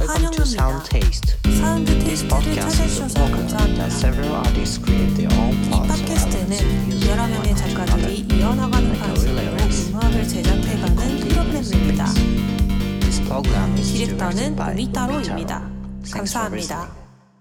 환영합니다. 사운드 테이스트를 찾아주셔서 감사합니다. 이 팟캐스트는 여러 명의 작가들이 이어나가는 방식으로 음악을 제작해가는 프로그램입니다. 디렉터는 우미타로입니다. 감사합니다.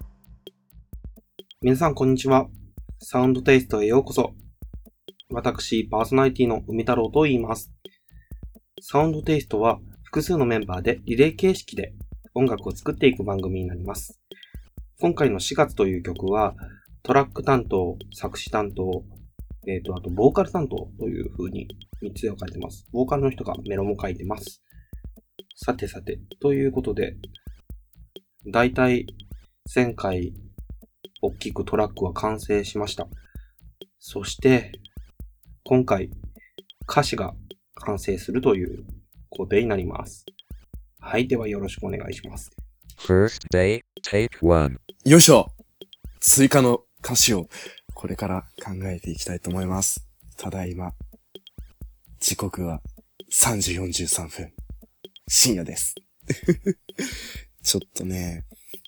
皆さんこんにちは。サウンドテイストへようこそ。私、パーソナリティの海太郎と言います。サウンドテイストは複数のメンバーでリレー形式で音楽を作っていく番組になります。今回の4月という曲はトラック担当、作詞担当、あとボーカル担当という風に3つで分かれてます。ボーカルの人がメロも書いてます。さて、ということで、だいたい前回大きくトラックは完成しました。そして今回歌詞が完成するということになります。はい、ではよろしくお願いします。 First day, take one. よいしょ。追加の歌詞をこれから考えていきたいと思います。ただいま時刻は3時43分。深夜です。ちょっとね、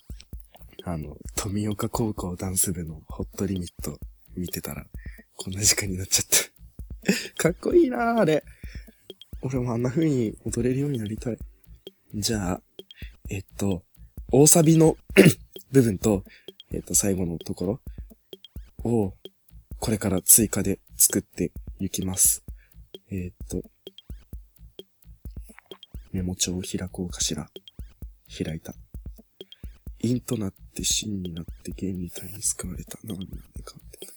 富岡高校ダンス部のホットリミット見てたらこんな時間になっちゃった。かっこいいなあれ。俺もあんな風に踊れるようになりたい。じゃあ、大サビの部分と、最後のところを、これから追加で作っていきます。メモ帳を開こうかしら。開いた。陰となって真になって原理体に救われた。なんでか。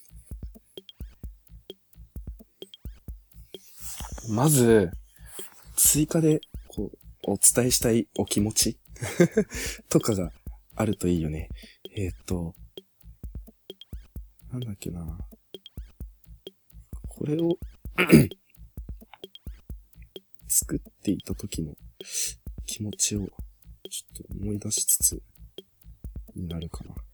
まず、追加で、お伝えしたいお気持ちとかがあるといいよね。なんだっけな。これを作っていた時の気持ちをちょっと思い出しつつになるかな。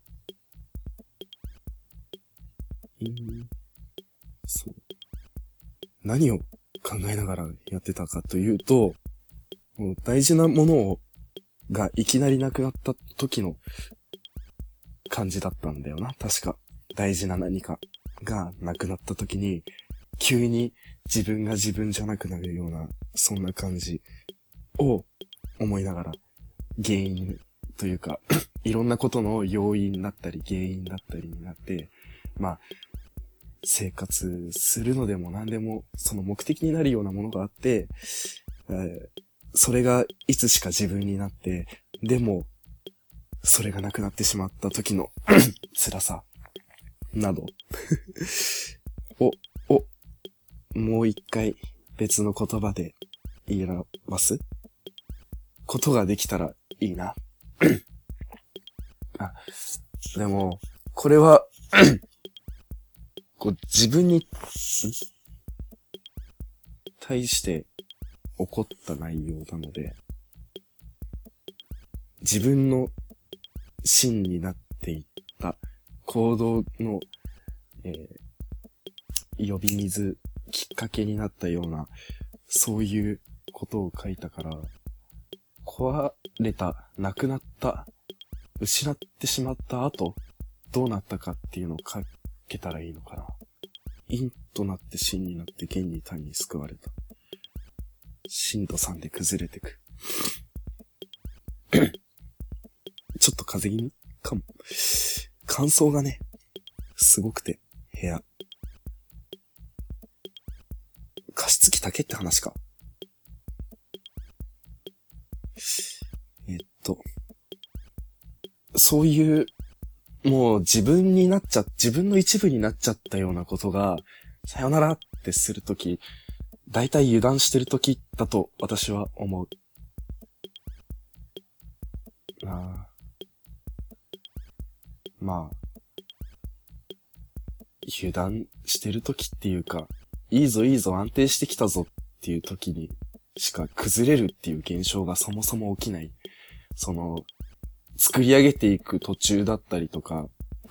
そう。何を考えながらやってたかというと、もう大事なものがいきなりなくなった時の感じだったんだよな。確か。大事な何かがなくなった時に、急に自分が自分じゃなくなるような、そんな感じを思いながら、原因というか、いろんなことの要因だったり原因だったりになって、まあ、生活するのでも何でもその目的になるようなものがあって、それがいつしか自分になって、でもそれがなくなってしまった時の辛さなどをもう一回別の言葉で言い表すことができたらいいな。でもこれは自分に対して起こった内容なので、自分の芯になっていった行動の、呼び水、きっかけになったような、そういうことを書いたから、壊れた、なくなった、失ってしまった後、どうなったかっていうのを書けたらいいのかな。陰となって真になって原理体に救われた。震度3で崩れてく。ちょっと風邪気味かも。乾燥がね、すごくて、部屋。加湿器だけって話か。そういう、もう自分の一部になっちゃったようなことが、さよならってするとき、だいたい油断してるときだと私は思う。まあ、油断してるときっていうか、いいぞ安定してきたぞっていうときにしか崩れるっていう現象がそもそも起きない。作り上げていく途中だったりとか、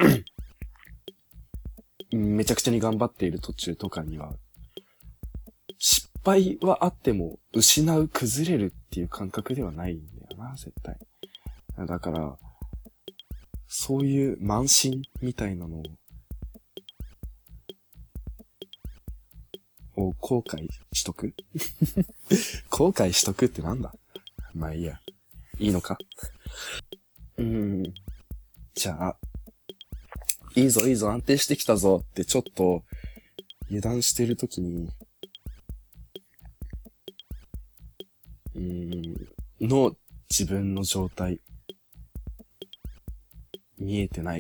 めちゃくちゃに頑張っている途中とかには、失敗はあっても失う、崩れるっていう感覚ではないんだよな、絶対。 だから、そういう慢心みたいなのを後悔しとく後悔しとくってなんだ。まあいいや。いいのか。じゃあ、いいぞいいぞ安定してきたぞってちょっと油断してるときに、の自分の状態、見えてない。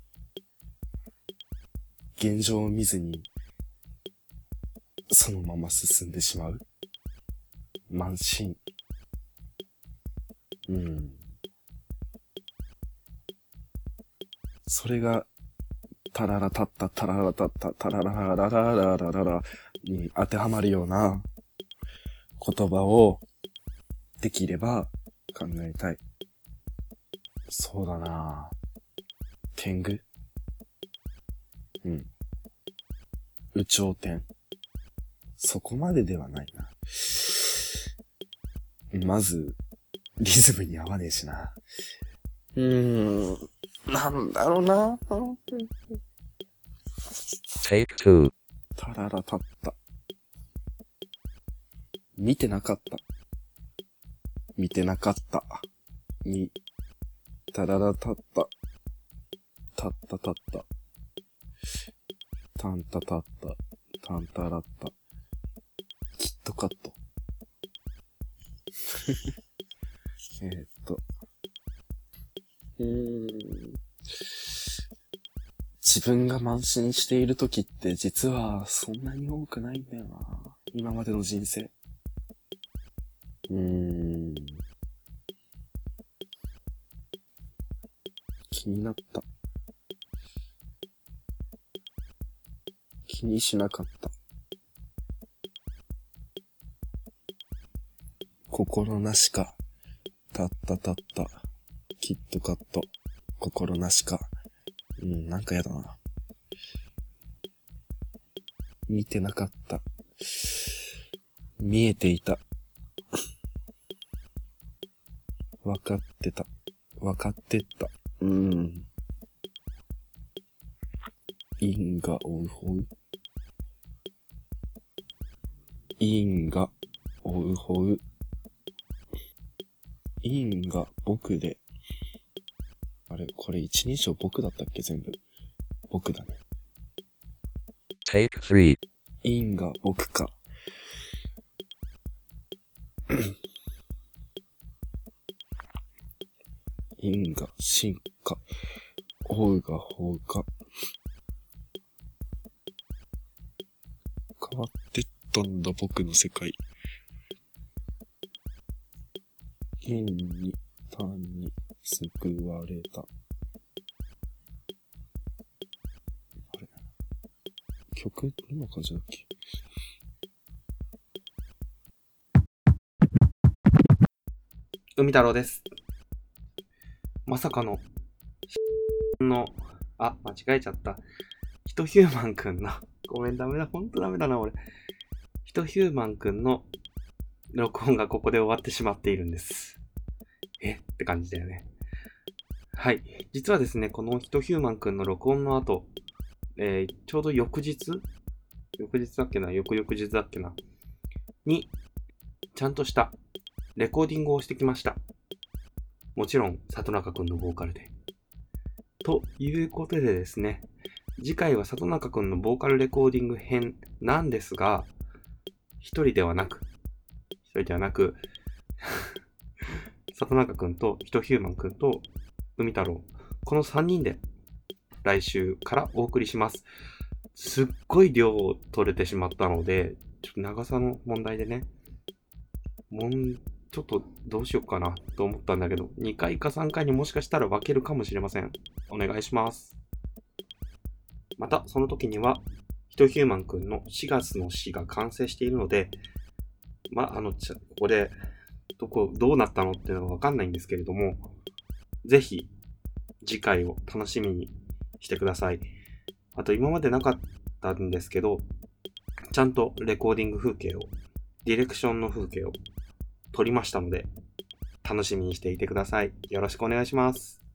現状を見ずに、そのまま進んでしまう。慢心。それが、タララタッタ、タララタッタ、タラララララララララに当てはまるような言葉をできれば考えたい。そうだなぁ。天狗？有頂天。そこまでではないな。まず、リズムに合わねえしな。なんだろうな。 Take 2. タララタッタ。見てなかった。見てなかった。に、タララタッタ。タッタタッタ。タンタタッタ。タンタラッタ。キットカット。自分が慢心している時って実はそんなに多くないんだよな。今までの人生。気になった。気にしなかった。心なしか。たったたった。キットカット。心なしか。なんかやだな。見てなかった。見えていた。わかってた。わかってった。因果追うほう。因果追うほう。因が僕で。あれ、これ一人称僕だったっけ全部。僕だね。 Take 3. 因が僕か。因が進化。追うが放火。変わってったんだ僕の世界。因に単に救われた。あれ、曲どんな感じだっけ。 海太郎です。まさかの間違えちゃった。ヒトヒューマンくんのごめん、ダメだ、ほんとダメだな俺。ヒトヒューマンくんの録音がここで終わってしまっているんです。って感じだよね。はい。実はですね、このヒトヒューマンくんの録音の後、ちょうど翌日だっけな、翌々日だっけな、に、ちゃんとしたレコーディングをしてきました。もちろん、里中くんのボーカルで。ということでですね、次回は里中くんのボーカルレコーディング編なんですが、一人ではなく、里中くんとヒトヒューマンくんと海太郎、この3人で来週からお送りします。すっごい量を取れてしまったので、ちょっと長さの問題でね、ちょっとどうしようかなと思ったんだけど、2回か3回にもしかしたら分けるかもしれません。お願いします。また、その時には、ヒトヒューマンくんの4月の詩が完成しているので、ここで、どうなったのっていうのがわかんないんですけれども、ぜひ、次回を楽しみにしてください。あと、今までなかったんですけど、ちゃんとレコーディング風景を、ディレクションの風景を撮りましたので、 楽しみにしていてください。よろしくお願いします。